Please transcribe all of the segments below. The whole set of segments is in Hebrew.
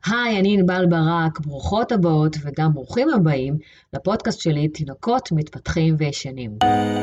היי, אני ענבל ברק, ברוכות הבאות וגם ברוכים הבאים לפודקאסט שלי, תינוקות מתפתחים וישנים.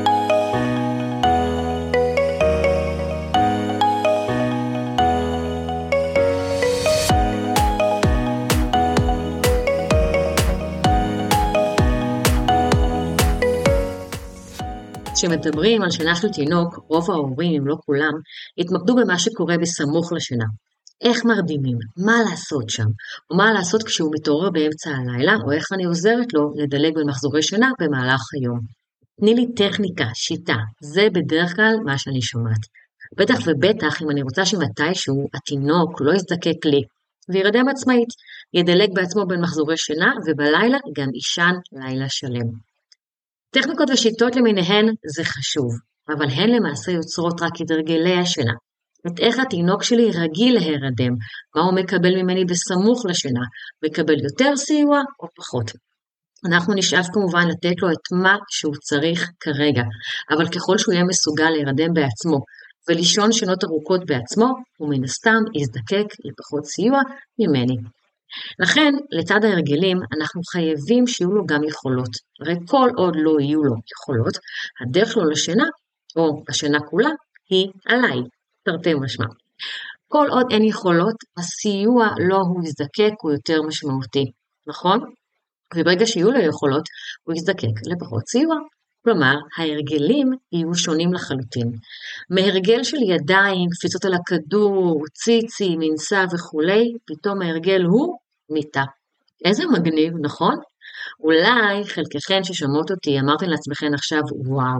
כשמדברים על שינה של תינוק, רוב ההורים, אם לא כולם, התמקדו במה שקורה בסמוך לשינה. איך מרדימים, מה לעשות שם, או מה לעשות כשהוא מתעורר באמצע הלילה, או איך אני עוזרת לו לדלג בין מחזורי שינה במהלך היום. תני לי טכניקה, שיטה, זה בדרך כלל מה שאני שומעת. בטח ובטח אם אני רוצה שמתישהו התינוק לא יזדקק לי, וירדם עצמאית, ידלג בעצמו בין מחזורי שינה, ובלילה גם ישן לילה שלם. טכניקות ושיטות למיניהן זה חשוב, אבל הן למעשה יוצרות רק את הרגלי השינה. את איך התינוק שלי רגיל להירדם, מה הוא מקבל ממני בסמוך לשינה, מקבל יותר סיוע או פחות. אנחנו נשאף כמובן לתת לו את מה שהוא צריך כרגע, אבל ככל שהוא יהיה מסוגל להירדם בעצמו, ולישון שינות ארוכות בעצמו, הוא מן הסתם יזדקק לפחות סיוע ממני. לכן, לצד ההרגלים, אנחנו חייבים שיהיו לו גם יכולות. הרי כל עוד לא יהיו לו יכולות, הדרך שלו לשינה, או השינה כולה, היא עליי, תרתי משמע. כל עוד אין יכולות, הסיוע לא הוא יזדקק, הוא יותר משמעותי, נכון? וברגע שיהיו לו יכולות, הוא יזדקק לפחות סיוע. כלומר, ההרגלים יהיו שונים לחלוטין. מהרגל של ידיים, קפיצות על הכדור, ציצי, מנסה וכו', פתאום ההרגל הוא מיטה. איזה מגניב, נכון? אולי חלקכן ששומעות אותי, אמרתם לעצמכן עכשיו, וואו,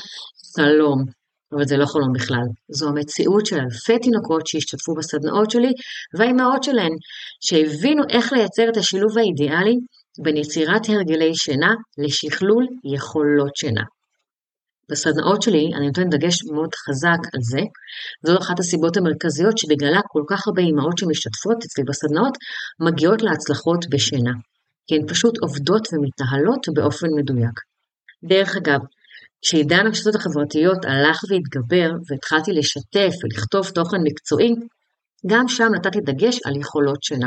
חלום. אבל זה לא חלום בכלל. זו המציאות של אלפי תינוקות שהשתתפו בסדנאות שלי, והאימהות שלהן, שהבינו איך לייצר את השילוב האידיאלי, בין יצירת הרגלי שינה לשכלול יכולות שינה. בסדנאות שלי אני נותן דגש מאוד חזק על זה, זו אחת הסיבות המרכזיות שבגללה כל כך הרבה אימהות שמשתתפות אצלי בסדנאות מגיעות להצלחות בשינה, כי הן פשוט עובדות ומתנהלות באופן מדויק. דרך אגב, כשעידן הרשתות החברתיות הלך והתגבר והתחלתי לשתף ולכתוב תוכן מקצועי, גם שם נתתי דגש על יכולות שינה.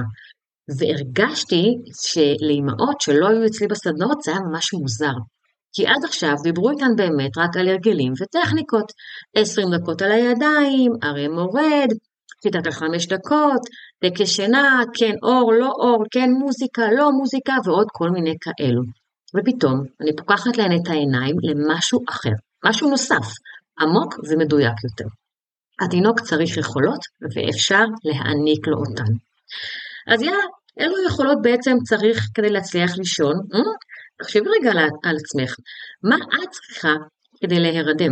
והרגשתי שלאימהות שלא היו אצלי בסדנאות זה היה ממש מוזר. כי עד עכשיו דיברו איתן באמת רק על הרגלים וטכניקות. 20 דקות על הידיים, הרי מורד, שיטת 5 דקות, טקס שינה, כן אור, לא אור, כן מוזיקה, לא מוזיקה, ועוד כל מיני כאלו. ופתאום אני פוקחת להן את העיניים למשהו אחר, משהו נוסף, עמוק ומדויק יותר. התינוק צריך יכולות ואפשר להעניק לו אותן. אז אילו יכולות בעצם צריך כדי להצליח לישון? תחשבי רגע על עצמך, מה את צריכה כדי להירדם?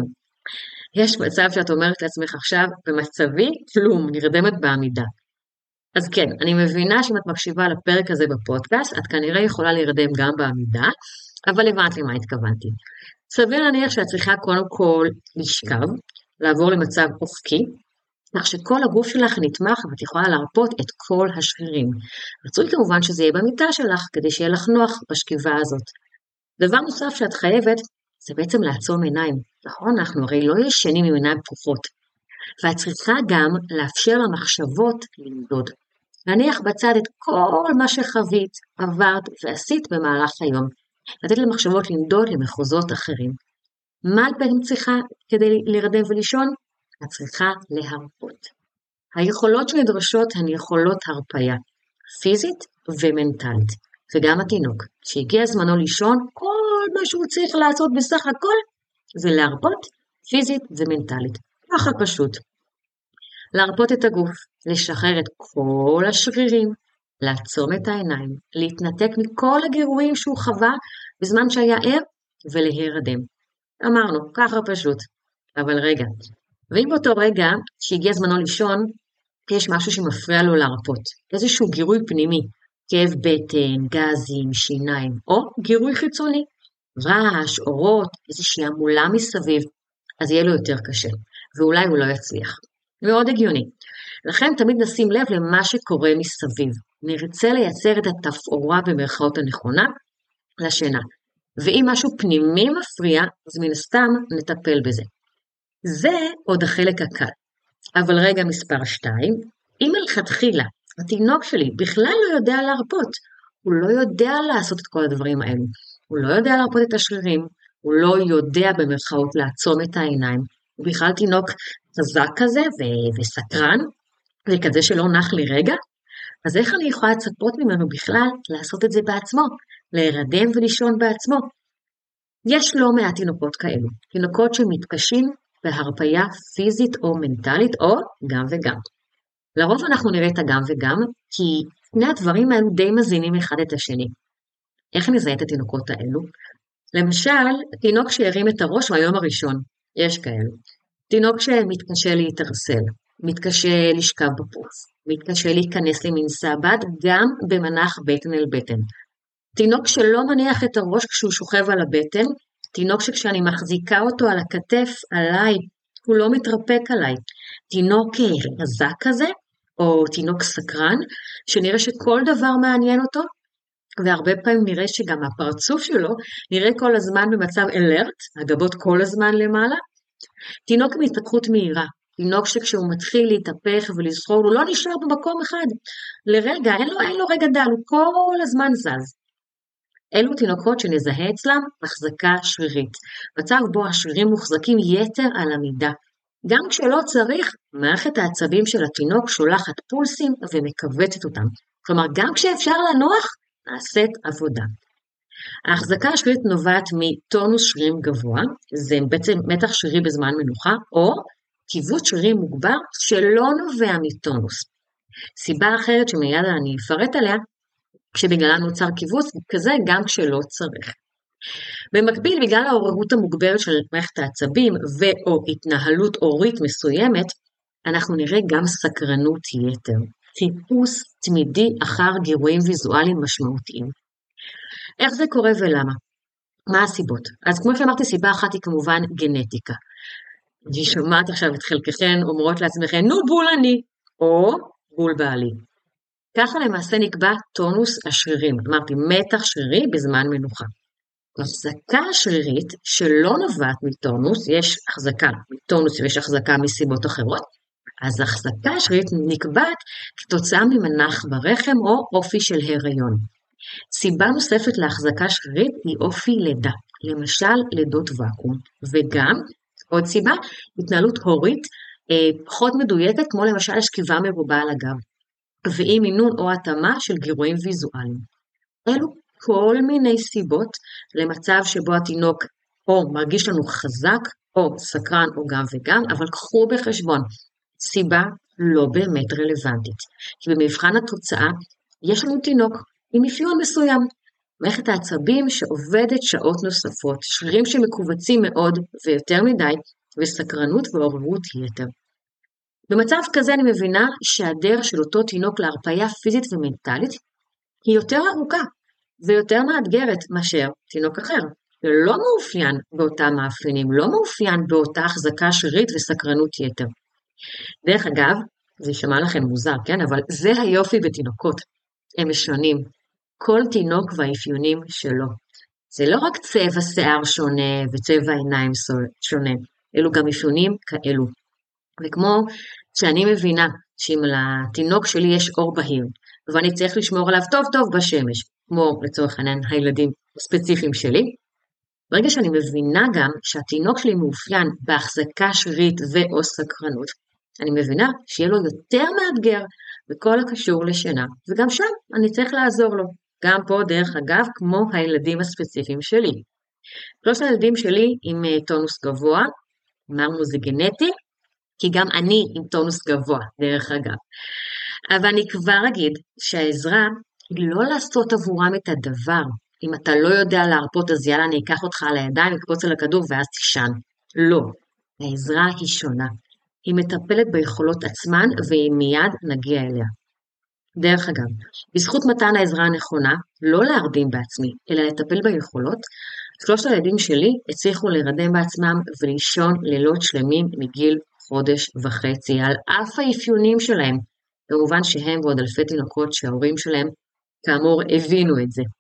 יש מצב שאת אומרת לעצמך עכשיו, במצבי כלום, נרדמת בעמידה. אז כן, אני מבינה שאם את מקשיבה לפרק הזה בפודקאסט, את כנראה יכולה להירדם גם בעמידה, אבל הבנת לי מה התכוונתי. סביר להניח שאת צריכה קודם כל לשכב, לעבור למצב אופקי, כך שכל הגוף שלך נתמך ואת יכולה להרפות את כל השרירים. רצוי כמובן שזה יהיה במיטה שלך, כדי שיהיה לך נוח בשכיבה הזאת. דבר נוסף שאת חייבת, זה בעצם לעצום עיניים. נכון, אנחנו הרי לא ישנים עם עיניים פקוחות. ואת צריכה גם לאפשר למחשבות לנדוד. להניח בצד את כל מה שחווית, עברת ועשית במהלך היום. לתת למחשבות לנדוד למחוזות אחרים. מה את בעצם צריכה כדי להירדם ולישון? את צריכה להרפות. היכולות שנדרשות הן יכולות הרפיה, פיזית ומנטלית. וגם התינוק, שהגיע זמנו לישון, כל מה שהוא צריך לעשות בסך הכל, זה להרפות פיזית ומנטלית. ככה פשוט. להרפות את הגוף, לשחרר את כל השרירים, לעצום את העיניים, להתנתק מכל הגירויים שהוא חווה בזמן שהיה ער ולהירדם. אמרנו, ככה פשוט. אבל רגע, ואם באותו רגע שהגיע זמנו לישון, יש משהו שמפריע לו להרפות, איזשהו גירוי פנימי, כאב בטן, גזים, שיניים, או גירוי חיצוני, רעש, אורות, איזושהי המולה מסביב, אז יהיה לו יותר קשה, ואולי הוא לא יצליח. מאוד הגיוני. לכן תמיד נשים לב למה שקורה מסביב. נרצה לייצר את התפאורה במרכאות הנכונה לשינה. ואם משהו פנימי מפריע, אז מן הסתם נטפל בזה. זה עוד החלק הקל. אבל רגע מספר 2, אם מלכתחילה התינוק שלי בכלל לא יודע להרפות, הוא לא יודע לעשות את כל הדברים האלו, הוא לא יודע להרפות את השרירים, הוא לא יודע במרכאות לעצום את העיניים, הוא בכלל תינוק חזק כזה וסקרן, וכזה שלא נח לי רגע, אז איך אני יכולה לצפות ממנו בכלל לעשות את זה בעצמו, להירדם ולישון בעצמו? יש לא מעט תינוקות כאלו, תינוקות שמתקשים בהרפיה פיזית או מנטלית, או גם וגם. לרוב אנחנו נראה את הגם וגם, כי שני הדברים האלו די מזינים אחד את השני. איך נזהה את התינוקות האלו? למשל, תינוק שירים את הראש מהיום הראשון, יש כאלו. תינוק שמתקשה להתרסל, מתקשה לשכב בפוף, מתקשה להיכנס למין סבד, גם במנח בטן אל בטן. תינוק שלא מניח את הראש כשהוא שוכב על הבטן, תינוק שכשאני מחזיקה אותו על הכתף, עליי, הוא לא מתרפק עליי. תינוק חזק כזה, או תינוק סקרן, שנראה שכל דבר מעניין אותו, והרבה פעמים נראה שגם הפרצוף שלו נראה כל הזמן במצב אלרט, הגבות כל הזמן למעלה. תינוק עם התפתחות מהירה, תינוק שכשהוא מתחיל להתהפך ולזחור, הוא לא נשאר במקום אחד. לרגע, אין לו רגע דל, הוא כל הזמן זז. אלו תינוקות שנזהה אצלם החזקה שרירית, מצב בו השרירים מוחזקים יתר על המידה. גם כשלא צריך, מערכת העצבים של התינוק שולחת פולסים ומכווצת אותם. כלומר, גם כשאפשר לנוח, נעשית עבודה. ההחזקה השרירית נובעת מטונוס שרירים גבוה, זה בעצם מתח שרירי בזמן מנוחה, או קיבוץ שרירים מוגבר שלא נובע מטונוס. סיבה אחרת שמיד אני אפרט עליה, כשבגללה נוצר קיבוץ כזה גם כשלא צריך. במקביל, בגלל העוררות המוגברת של מערכת העצבים ו/או התנהלות הורית מסוימת, אנחנו נראה גם סקרנות יתר, חיפוש תמידי אחר גירויים ויזואליים משמעותיים. איך זה קורה ולמה? מה הסיבות? אז כמו שאמרתי, סיבה אחת היא כמובן גנטיקה. אני שומעת עכשיו את חלקכן אומרות לעצמכן, נו בול אני, או בול בעלי. ככה למעשה נקבע טונוס השרירים, אמרתי מתח שרירי בזמן מנוחה. החזקה שרירית שלא נובעת מטונוס, יש החזקה מטונוס ויש החזקה מסיבות אחרות, אז החזקה שרירית נקבעת כתוצאה ממנח ברחם או אופי של הריון. סיבה נוספת להחזקה שרירית היא אופי לידה, למשל לידות ואקום, וגם עוד סיבה, התנהלות הורית פחות מדויקת, כמו למשל שכיבה מרובה על הגב. ואי מינון או התאמה של גירויים ויזואליים. אלו כל מיני סיבות למצב שבו התינוק או מרגיש לנו חזק, או סקרן, או גם וגם, אבל קחו בחשבון, סיבה לא באמת רלוונטית. כי במבחן התוצאה, יש לנו תינוק עם אפיון מסוים, מערכת העצבים שעובדת שעות נוספות, שרירים שמקובצים מאוד ויותר מדי, וסקרנות ועוררות יתר. במצב כזה אני מבינה שהדרך של אותו תינוק להרפיה פיזית ומנטלית היא יותר ארוכה ויותר מאתגרת מאשר תינוק אחר. לא מאופיין באותם מאפיינים, לא מאופיין באותה החזקה שרירית וסקרנות יתר. דרך אגב, זה יישמע לכם מוזר, כן? אבל זה היופי בתינוקות. הם משונים. כל תינוק והאפיונים שלו. זה לא רק צבע שיער שונה וצבע עיניים שונה, אלו גם אפיונים כאלו. וכמו שאני מבינה שאם לתינוק שלי יש אור בהיר, ואני צריך לשמור עליו טוב טוב בשמש, כמו לצורך העניין הילדים הספציפיים שלי, ברגע שאני מבינה גם שהתינוק שלי מאופיין בהחזקה שרירית ו/או סקרנות, אני מבינה שיהיה לו יותר מאתגר בכל הקשור לשינה, וגם שם אני צריך לעזור לו, גם פה דרך אגב כמו הילדים הספציפיים שלי. שלושת הילדים שלי עם טונוס גבוה, אמרנו זה גנטי, כי גם אני עם טונוס גבוה, דרך אגב. אבל אני כבר אגיד שהעזרה היא לא לעשות עבורם את הדבר. אם אתה לא יודע להרפות, אז יאללה, אני אקח אותך על הידיים, אקפוץ על הכדור ואז תישן. לא. העזרה היא שונה. היא מטפלת ביכולות עצמן, והיא מיד נגיע אליה. דרך אגב, בזכות מתן העזרה הנכונה, לא להרדים בעצמי, אלא לטפל ביכולות, שלושת הילדים שלי הצליחו להירדם בעצמם ולישון לילות שלמים מגיל חודש וחצי, על אף האפיונים שלהם, במובן שהם ועוד אלפי תינוקות שההורים שלהם, כאמור, הבינו את זה.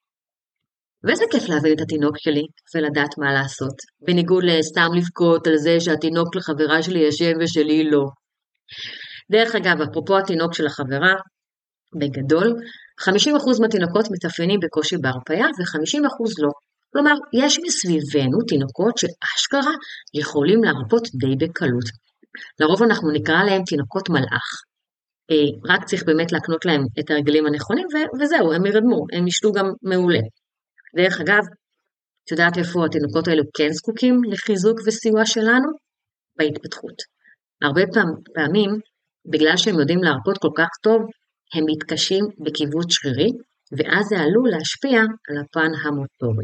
וזה כיף להבין את התינוק שלי ולדעת מה לעשות, בניגוד לסתם לבכות על זה שהתינוק לחברה שלי ישן ושלי לא. דרך אגב, אפרופו התינוק של החברה, בגדול, 50% מהתינוקות מתאפיינים בקושי בהרפאיה ו50% לא. כלומר, יש מסביבנו תינוקות שאשכרה יכולים להרפות די בקלות. לרוב אנחנו נקרא להם תינוקות מלאך. רק צריך באמת להקנות להם את הרגלים הנכונים, וזהו, הם ירדמו, הם ישתו גם מעולה. דרך אגב, את יודעת איפה התינוקות האלו כן זקוקים לחיזוק וסיוע שלנו? בהתפתחות. הרבה פעמים, בגלל שהם יודעים להרפות כל כך טוב, הם מתקשים בכיוות שרירי, ואז זה עלול להשפיע על הפן המוטורי.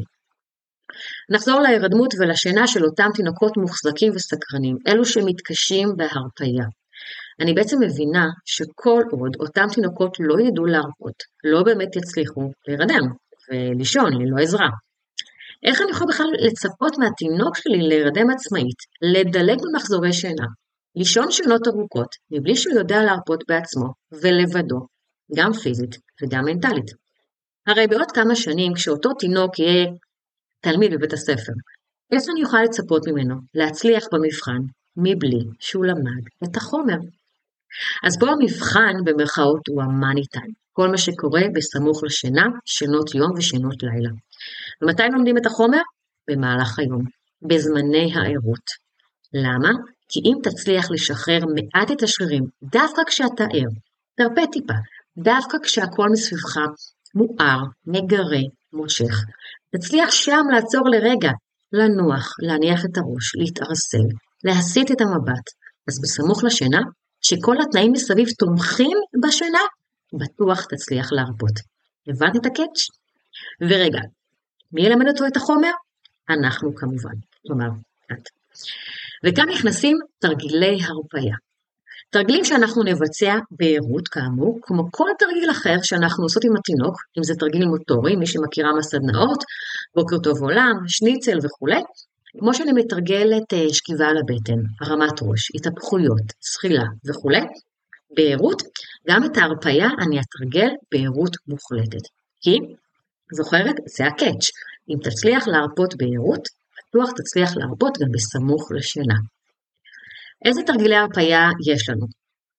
נחזור להירדמות ולשינה של אותם תינוקות מוחזקים וסקרנים, אלו שמתקשים בהרפאיה. אני בעצם מבינה שכל עוד אותם תינוקות לא ידעו להרפות, לא באמת יצליחו להירדם ולישון ללא עזרה. איך אני יכולה בכלל לצפות מהתינוק שלי להירדם עצמאית, לדלג במחזורי שינה, לישון שינות ארוכות, מבלי שהוא יודע להרפות בעצמו ולבדו, גם פיזית וגם מנטלית. הרי בעוד כמה שנים, כשאותו תינוק יהיה תלמיד בבית הספר, איך אני יכולה לצפות ממנו להצליח במבחן, מבלי שהוא למד את החומר? אז פה המבחן במרכאות הוא המאני טיים, כל מה שקורה בסמוך לשינה, שינות יום ושינות לילה. ומתי לומדים את החומר? במהלך היום, בזמני הערות. למה? כי אם תצליח לשחרר מעט את השרירים, דווקא כשאתה ער, תרפה טיפה, דווקא כשהכל מסביבך מואר, מגרה, מושך, תצליח שם לעצור לרגע, לנוח, להניח את הראש, להתארסל, להסיט את המבט. אז בסמוך לשינה, שכל התנאים מסביב תומכים בשינה, בטוח תצליח להרפות. הבנת את הקאץ'? ורגע, מי ילמד אותו את החומר? אנחנו כמובן, כלומר, את. וכאן נכנסים תרגילי הרפאיה. תרגילים שאנחנו נבצע בעירות כאמור, כמו כל תרגיל אחר שאנחנו עושות עם התינוק, אם זה תרגיל מוטורי, מי שמכירה מהסדנאות, בוקר טוב עולם, שניצל וכו', כמו שאני מתרגלת שכיבה על הבטן, הרמת ראש, התהפכויות, שחילה וכו', בעירות, גם את ההרפאיה אני אתרגל בעירות מוחלטת. כי, זוכרת, זה הקאץ', אם תצליח להרפות בעירות, בטוח תצליח להרפות גם בסמוך לשינה. איזה תרגילי הרפאיה יש לנו?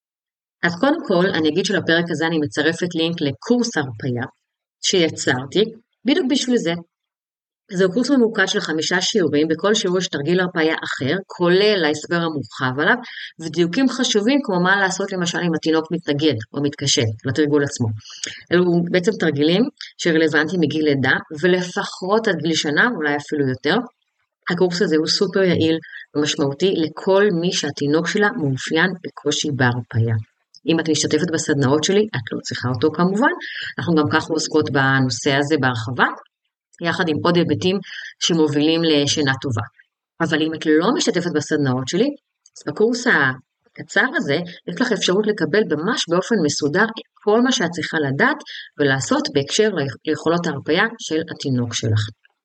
אז קודם כל, אני אגיד שלפרק הזה אני מצרפת לינק לקורס הרפאיה שיצרתי, בדיוק בשביל זה. זהו קורס ממוקד של 5 שיעורים, בכל שיעור יש תרגיל הרפאיה אחר, כולל ההסבר המורחב עליו, ודיוקים חשובים כמו מה לעשות למשל אם התינוק מתנגד או מתקשה לתרגול עצמו. אלו בעצם תרגילים שרלוונטיים מגיל לידה, ולפחות עד גיל שנה, אולי אפילו יותר. הקורס הזה הוא סופר יעיל ומשמעותי לכל מי שהתינוק שלה מאופיין בקושי בהרפאיה. אם את משתתפת בסדנאות שלי, את לא צריכה אותו כמובן, אנחנו גם ככה עוסקות בנושא הזה בהרחבה, יחד עם עוד היבטים שמובילים לשינה טובה. אבל אם את לא משתתפת בסדנאות שלי, אז בקורס הקצר הזה, יש לך אפשרות לקבל ממש באופן מסודר את כל מה שאת צריכה לדעת, ולעשות בהקשר ליכולות ההרפאיה של התינוק שלך.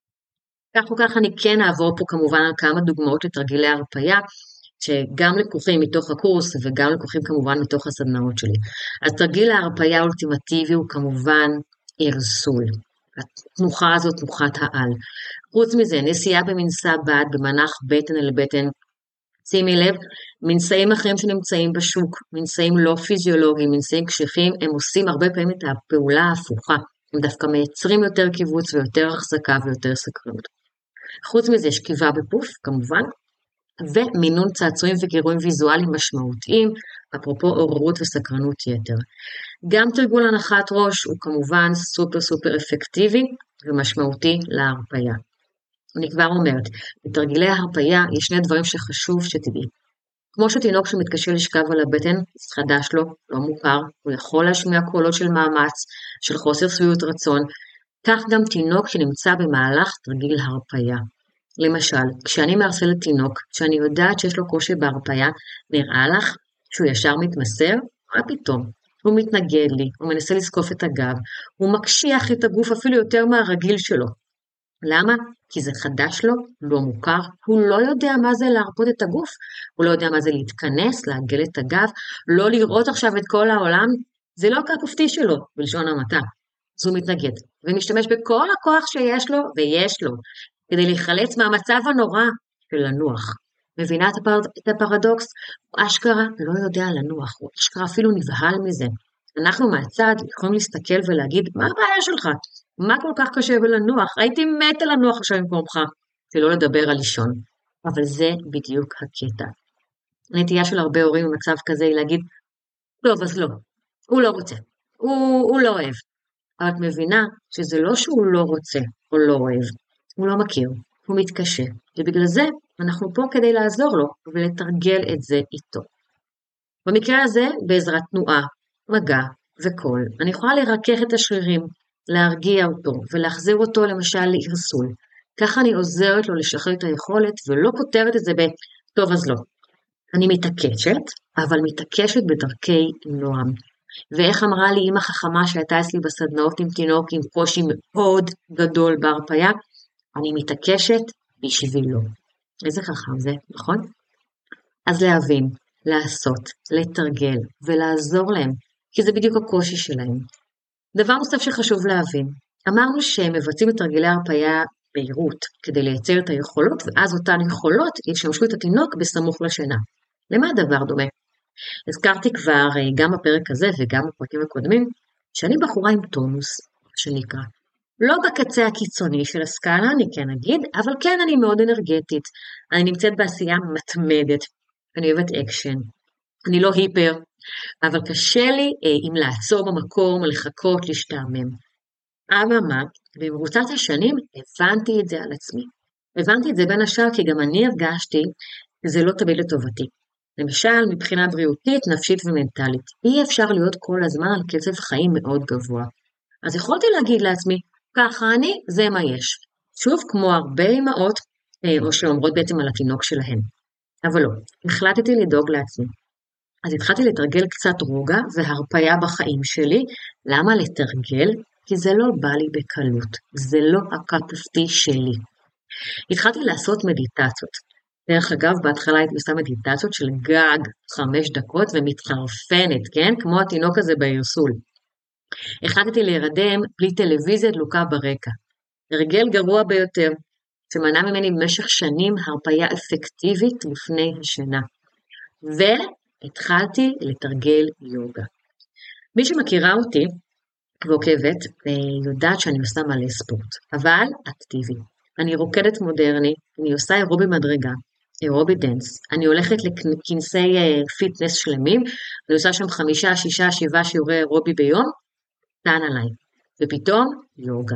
כך או כך אני כן אעבור פה כמובן על כמה דוגמאות לתרגילי הרפאיה, שגם לקוחים מתוך הקורס וגם לקוחים כמובן מתוך הסדנאות שלי. אז תרגיל ההרפאיה האולטימטיבי הוא כמובן ערסול. התנוחה הזאת תנוחת העל. חוץ מזה, נסיעה במנסה בד, במנח בטן אל בטן, שימי לב, מנסאים אחרים שנמצאים בשוק, מנסאים לא פיזיולוגיים, מנסאים קשיחים, הם עושים הרבה פעמים את הפעולה ההפוכה, הם דווקא מייצרים יותר קיבוץ ויותר החזקה ויותר סקרנות. חוץ מזה, שכיבה בפוף, כמובן, ומינון צעצועים וגירויים ויזואליים משמעותיים, אפרופו עוררות וסקרנות יתר. גם תרגול הנחת ראש הוא כמובן סופר סופר אפקטיבי ומשמעותי להרפאיה. אני כבר אומרת, בתרגילי ההרפאיה יש 2 דברים שחשוב שתדעי. כמו שתינוק שמתקשה לשכב על הבטן, חדש לו, לא מוכר, הוא יכול להשמיע קולות של מאמץ, של חוסר שביעות רצון, כך גם תינוק שנמצא במהלך תרגיל הרפאיה. למשל, כשאני מארסלת תינוק, כשאני יודעת שיש לו קושי בהרפאיה, נראה לך שהוא ישר מתמסר? מה פתאום? הוא מתנגד לי, הוא מנסה לזקוף את הגב, הוא מקשיח את הגוף אפילו יותר מהרגיל שלו. למה? כי זה חדש לו, לא מוכר, הוא לא יודע מה זה להרפות את הגוף, הוא לא יודע מה זה להתכנס, לעגל את הגב, לא לראות עכשיו את כל העולם, זה לא הכפופתי שלו, בלשון המעטה. אז הוא מתנגד, ומשתמש בכל הכוח שיש לו, ויש לו, כדי להיחלץ מהמצב הנורא של לנוח. מבינה את הפרדוקס? הוא אשכרה לא יודע לנוח, הוא אשכרה אפילו נבהל מזה. אנחנו מהצד יכולים להסתכל ולהגיד, מה הבעיה שלך? מה כל כך קשה בלנוח? הייתי מתה לנוח עכשיו במקומך, ולא לדבר על לישון. אבל זה בדיוק הקטע. הנטייה של הרבה הורים במצב כזה היא להגיד, טוב, אז לא, הוא לא רוצה, הוא לא אוהב. אבל את מבינה שזה לא שהוא לא רוצה או לא אוהב, הוא לא מכיר, הוא מתקשה, ובגלל זה אנחנו פה כדי לעזור לו ולתרגל את זה איתו. במקרה הזה, בעזרת תנועה, מגע וקול, אני יכולה לרכך את השרירים, להרגיע אותו ולהחזיר אותו למשל להרסול. ככה אני עוזרת לו לשחרר את היכולת ולא פותרת את זה טוב אז לא. אני מתעקשת, אבל מתעקשת בדרכי נועם. ואיך אמרה לי אמא חכמה שהייתה אצלי בסדנאות עם תינוק עם קושי מאוד גדול בהרפיה, אני מתעקשת בשבילו. איזה חכם זה, נכון? אז להבין, לעשות, לתרגל ולעזור להם, כי זה בדיוק הקושי שלהם. דבר נוסף שחשוב להבין, אמרנו שהם מבצעים את תרגילי הרפיה בהירות, כדי לייצר את היכולות, ואז אותן יכולות ישמשו את התינוק בסמוך לשינה. למה הדבר דומה? הזכרתי כבר גם בפרק הזה וגם בפרקים הקודמים, שאני בחורה עם טונוס, שנקרא. לא בקצה הקיצוני של הסקאלה, אני כן אגיד, אבל כן אני מאוד אנרגטית. אני נמצאת בעשייה מתמדת, אני אוהבת אקשן. אני לא היפר, אבל קשה לי אם לעצור במקום, לחכות, להשתעמם. אממה, במרוצת השנים הבנתי את זה על עצמי. הבנתי את זה בין השאר כי גם אני הרגשתי שזה לא תמיד לטובתי. למשל, מבחינה בריאותית, נפשית ומנטלית. אי אפשר להיות כל הזמן על קצב חיים מאוד גבוה. אז יכולתי להגיד לעצמי, ככה אני, זה מה יש. שוב, כמו הרבה אמהות, או שאומרות בעצם על התינוק שלהן. אבל לא, החלטתי לדאוג לעצמי. אז התחלתי לתרגל קצת רוגע והרפיה בחיים שלי. למה לתרגל? כי זה לא בא לי בקלות. זה לא הקפפתי שלי. התחלתי לעשות מדיטציות. דרך אגב, בהתחלה הייתי עושה מדיטציות של גג 5 דקות ומתחרפנת, כן? כמו התינוק הזה בהרסול. החלטתי להירדם בלי טלוויזיה דלוקה ברקע. הרגל גרוע ביותר, שמנע ממני במשך שנים הרפיה אפקטיבית לפני השינה. והתחלתי לתרגל יוגה. מי שמכירה אותי ועוקבת, יודעת שאני עושה מלא ספורט, אבל אקטיבי. אני רוקדת מודרני, אני עושה אירובי מדרגה, אירובי דנס, אני הולכת לכנסי פיטנס שלמים, אני עושה שם 5, 6, 7 שיעורי אירובי ביום, טען עליי, ופתאום יוגה.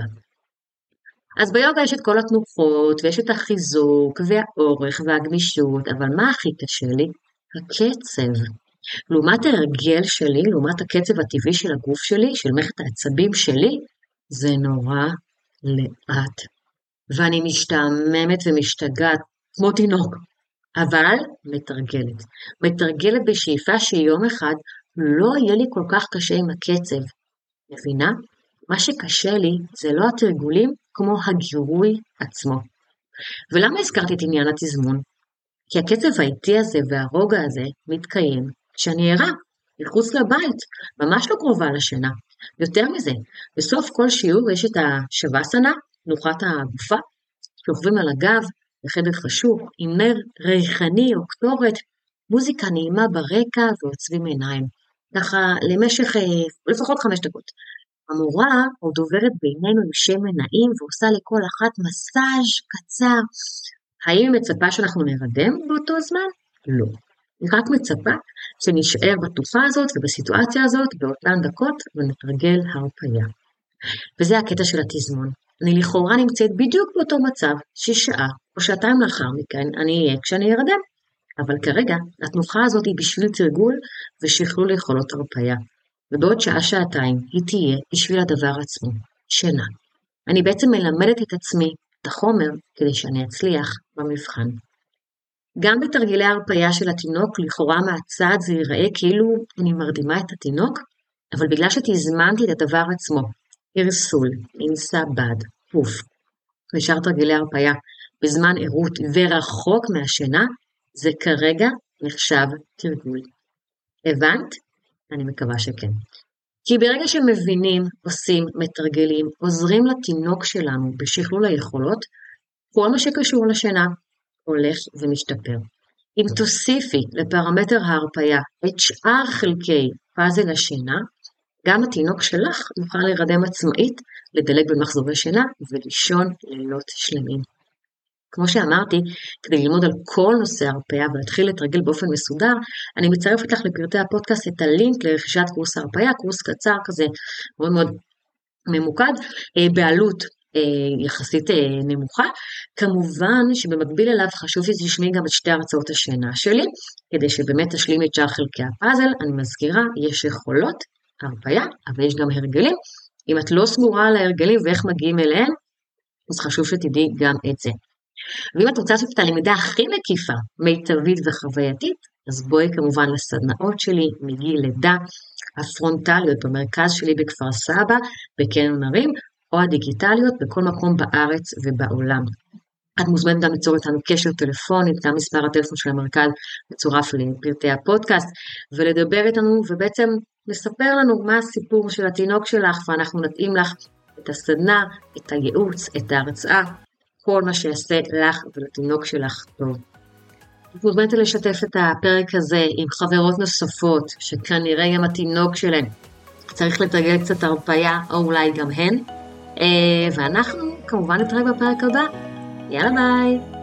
אז ביוגה יש את כל התנוחות, ויש את החיזוק, והאורך, והגמישות, אבל מה הכי קשה לי? הקצב. לעומת הרגל שלי, לעומת הקצב הטבעי של הגוף שלי, של מערכת העצבים שלי, זה נורא לאט. ואני משתעממת ומשתגעת, כמו תינוק, אבל מתרגלת. מתרגלת בשאיפה שיום אחד לא יהיה לי כל כך קשה עם הקצב. מבינה? מה שקשה לי זה לא התרגולים כמו הגירוי עצמו. ולמה הזכרתי את עניין התזמון? כי הקצב האיטי הזה והרוגע הזה מתקיים כשאני ערה, מחוץ לבית, ממש לא קרובה לשינה. יותר מזה, בסוף כל שיעור יש את השווסנה, תנוחת הגופה, שוכבים על הגב, בחדר חשוך, עם נר ריחני או קטורת, מוזיקה נעימה ברקע ועוצבים עיניים. ככה למשך לפחות 5 דקות. המורה עוד עוברת בינינו עם שמן נעים ועושה לכל אחת מסאז' קצר. האם היא מצפה שאנחנו נרדם באותו זמן? לא. היא רק מצפה שנשאר בתקופה הזאת ובסיטואציה הזאת באותן דקות ונתרגל הרפיה. וזה הקטע של התזמון. אני לכאורה נמצאת בדיוק באותו מצב ששעה או שעתיים לאחר מכן אני אהיה כשאני ארדם. אבל כרגע התנוחה הזאת היא בשביל תרגול ושכלול יכולות הרפיה. ובעוד שעה-שעתיים היא תהיה בשביל הדבר עצמו, שינה. אני בעצם מלמדת את עצמי את החומר כדי שאני אצליח במבחן. גם בתרגילי ההרפיה של התינוק, לכאורה מהצד זה ייראה כאילו אני מרדימה את התינוק, אבל בגלל שתזמנתי את הדבר עצמו, הרסול, אינסה בד, פוף, ושאר תרגילי ההרפיה בזמן ערות ורחוק מהשינה, זה כרגע נחשב תרגול. הבנת? אני מקווה שכן. כי ברגע שמבינים, עושים, מתרגלים, עוזרים לתינוק שלנו בשכלול היכולות, כל מה שקשור לשינה הולך ומשתפר. אם תוסיפי לפרמטר ההרפיה את שאר חלקי פאזל השינה, גם התינוק שלך יוכל להירדם עצמאית, לדלג במחזורי שינה ולישון לילות שלמים. כמו שאמרתי, כדי ללמוד על כל נושא ההרפיה ולהתחיל לתרגל באופן מסודר, אני מצרפת לך לפרטי הפודקאסט את הלינק לרכישת קורס ההרפיה, קורס קצר כזה מאוד מאוד ממוקד, בעלות יחסית נמוכה. כמובן שבמקביל אליו חשוב שתשמעי גם את שתי הרצאות השינה שלי, כדי שבאמת תשלימי את שאר חלקי הפאזל. אני מזכירה, יש יכולות הרפיה, אבל יש גם הרגלים. אם את לא סגורה על ההרגלים ואיך מגיעים אליהם, אז חשוב שתדעי גם את זה. ואם את רוצה לעשות את הלמידה הכי מקיפה, מיטבית וחווייתית, אז בואי כמובן לסדנאות שלי מגיל לידה, הפרונטליות במרכז שלי בכפר סבא, בקניון הרים, או הדיגיטליות בכל מקום בארץ ובעולם. את מוזמנת גם ליצור איתנו קשר טלפוני, גם מספר הטלפון של המרכז מצורף לפרטי הפודקאסט, ולדבר איתנו ובעצם לספר לנו מה הסיפור של התינוק שלך, ואנחנו נתאים לך את הסדנה, את הייעוץ, את ההרצאה, כל מה שיעשה לך ולתינוק שלך טוב. את מוזמנת לשתף את הפרק הזה עם חברות נוספות, שכנראה גם התינוק שלהם צריך לתרגל קצת הרפיה, או אולי גם הן. ואנחנו כמובן נתראה בפרק הבא. יאללה ביי!